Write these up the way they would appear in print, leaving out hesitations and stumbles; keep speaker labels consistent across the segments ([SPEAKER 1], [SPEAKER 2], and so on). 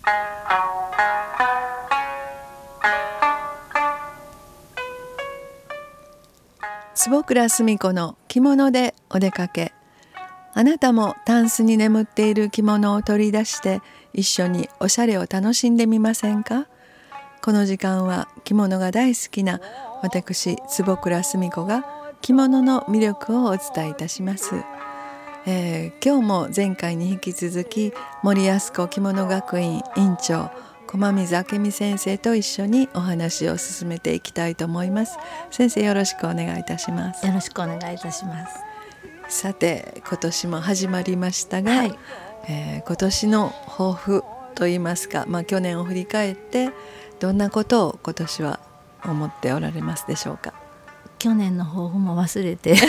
[SPEAKER 1] 坪倉澄子の着物でお出かけ。あなたもタンスに眠っている着物を取り出して一緒におしゃれを楽しんでみませんか。この時間は着物が大好きな私坪倉澄子が着物の魅力をお伝えいたします。今日も前回に引き続き森安子着物学院院長駒水明美先生と一緒にお話を進めていきたいと思います。先生、よろしくお願いいたします。
[SPEAKER 2] よろしくお願いいたします。
[SPEAKER 1] さて、今年も始まりましたが、
[SPEAKER 2] はい、
[SPEAKER 1] 今年の抱負といいますか、去年を振り返ってどんなことを今年は思っておられますでしょうか。
[SPEAKER 2] 去年の抱負も忘れて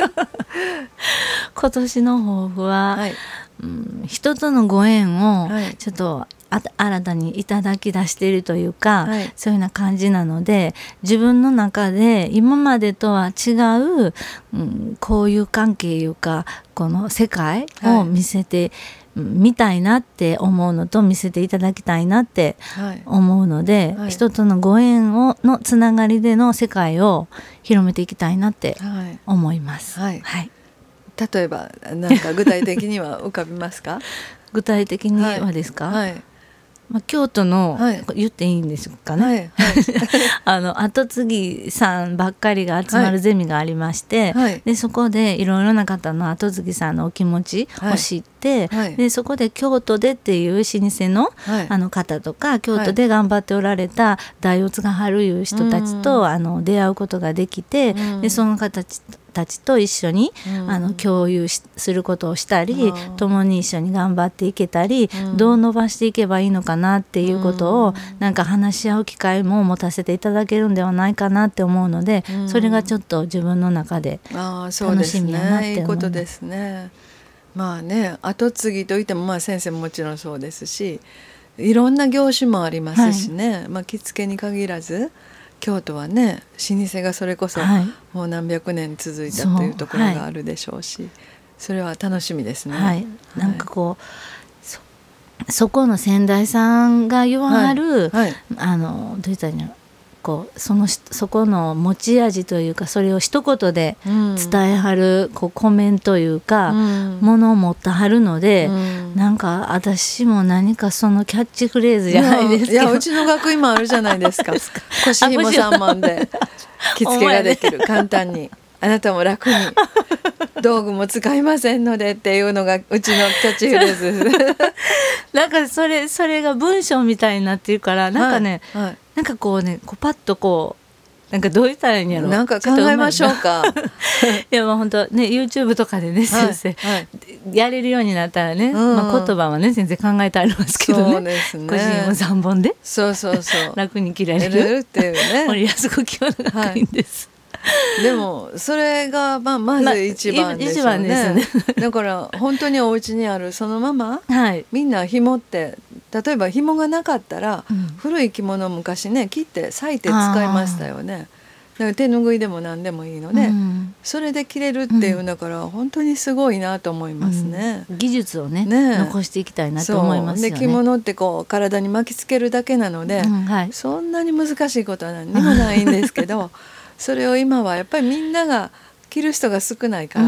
[SPEAKER 2] 今年の抱負は、人とのご縁をちょっと新たにいただき出しているというか、そういうような感じなので、自分の中で今までとは違う、こういう関係いうかこの世界を見せて、見たいなって思うのと見せていただきたいなって思うので、人とのご縁のつながりでの世界を広めていきたいなって思います。
[SPEAKER 1] 例えば何か具体的には浮かびますか。
[SPEAKER 2] 具体的にはですか。京都の、言っていいんですかね、後継ぎさんばっかりが集まるゼミがありまして、でそこでいろいろな方の後継ぎさんのお気持ちを知って、でそこで京都でっていう老舗の、方とか京都で頑張っておられた代を継がはるいう人たちと、出会うことができて、でその方たちと一緒に、共有することをしたり、共に一緒に頑張っていけたり、どう伸ばしていけばいいのかなっていうことを、なんか話し合う機会も持たせていただけるんではないかなって思うので、それがちょっと自分の中で楽しみやなって思います。
[SPEAKER 1] いいことですね。後継ぎといっても、先生ももちろんそうですし、いろんな業種もありますしね、着付けに限らず京都はね、老舗がそれこそもう何百年続いたというところがあるでしょうし、それは楽しみですね。
[SPEAKER 2] なんかこう、そこの先代さんが言わはる、どう言ったらいいの、そこの持ち味というか、それを一言で伝えはる、コメントというか、ものを持ってはるので、なんか私も何かそのキャッチフレーズじゃないですけど、
[SPEAKER 1] うちの学院もあるじゃないですか。腰紐3万で着付けができる、簡単にあなたも楽に道具も使いませんのでっていうのがうちのキャッチフレーズです
[SPEAKER 2] なんかそれが文章みたいになってるから、なんかね、なんかこうパッとなんかどう言ったらいいんやろ、
[SPEAKER 1] なんか考えましょうか
[SPEAKER 2] いや本当ね、 YouTube とかでね、先生、やれるようになったらね、言葉はね先生考えてありますけどね、
[SPEAKER 1] そうですね、
[SPEAKER 2] 個人も3本で
[SPEAKER 1] そう
[SPEAKER 2] 楽に着られる
[SPEAKER 1] っていうね、
[SPEAKER 2] 森安子着物学院です、
[SPEAKER 1] でもそれがまず一番でしょうね、
[SPEAKER 2] ですね
[SPEAKER 1] だから本当にお家にあるそのまま、みんな紐って、例えば紐がなかったら、古い着物を昔ね切って裂いて使いましたよね。だから手ぬぐいでも何でもいいので、それで着れるっていうんだから、本当にすごいなと思いますね、
[SPEAKER 2] 技術をね残していきたいなと思いますよね。
[SPEAKER 1] で着物って体に巻きつけるだけなので、そんなに難しいことは何にもないんですけどそれを今はやっぱりみんなが着る人が少ないから、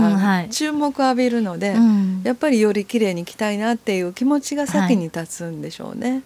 [SPEAKER 1] 注目を浴びるので、やっぱりより綺麗に着たいなっていう気持ちが先に立つんでしょうね、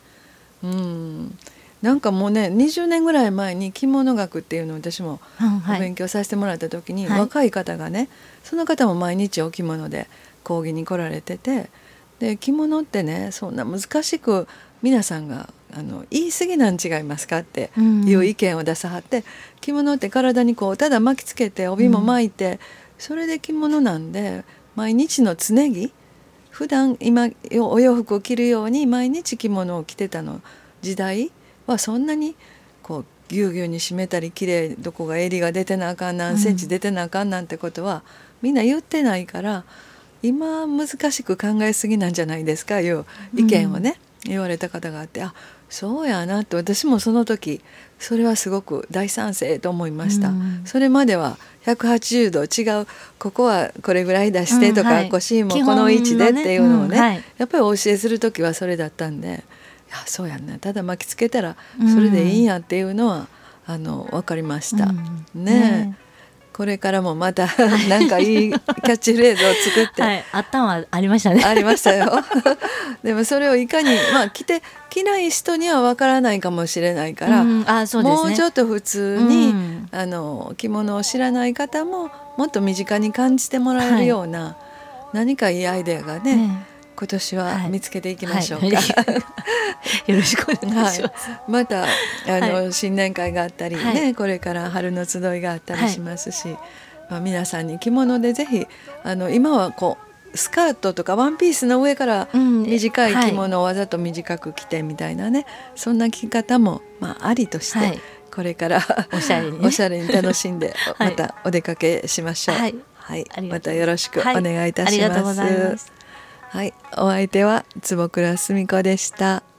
[SPEAKER 1] なんかもうね、20年ぐらい前に着物学っていうのを私もお勉強させてもらった時に、若い方がね、その方も毎日お着物で講義に来られてて、で着物ってね、そんな難しく皆さんが言い過ぎなん違いますかっていう意見を出さはって、着物って体にただ巻きつけて帯も巻いて、それで着物なんで、毎日の常着、普段今お洋服を着るように毎日着物を着てたの時代は、そんなにぎゅうぎゅうに締めたり、きれいどこが襟が出てなあかん、何センチ出てなあかんなんてことはみんな言ってないから、今難しく考えすぎなんじゃないですかいう意見をね、言われた方があって、そうやなと、私もその時それはすごく大賛成と思いました、それまでは180度違う、ここはこれぐらい出してとか、腰もこの位置でっていうのをね、やっぱりお教えする時はそれだったんで、 やそうやんね、ただ巻きつけたらそれでいいんやっていうのは、分かりました、ね。これからもまたなんかいいキャッチフレーズを作って、はい、
[SPEAKER 2] 頭ありましたね。
[SPEAKER 1] ありましたよでもそれをいかに、着ない人には分からないかもしれないから、そうですね、もうちょっと普通に、着物を知らない方ももっと身近に感じてもらえるような、何かいいアイデアがね、今年は見つけていきましょうか、よ
[SPEAKER 2] ろしくお願いします、
[SPEAKER 1] また新年会があったりね、これから春の集いがあったりしますし、皆さんに着物でぜひ今はスカートとかワンピースの上から短い着物をわざと短く着てみたいなね、そんな着方もありとして、これからおしゃれに楽しんでまたお出かけしましょう。またよろしくお願いいたします。はい、お相手は坪倉澄子でした。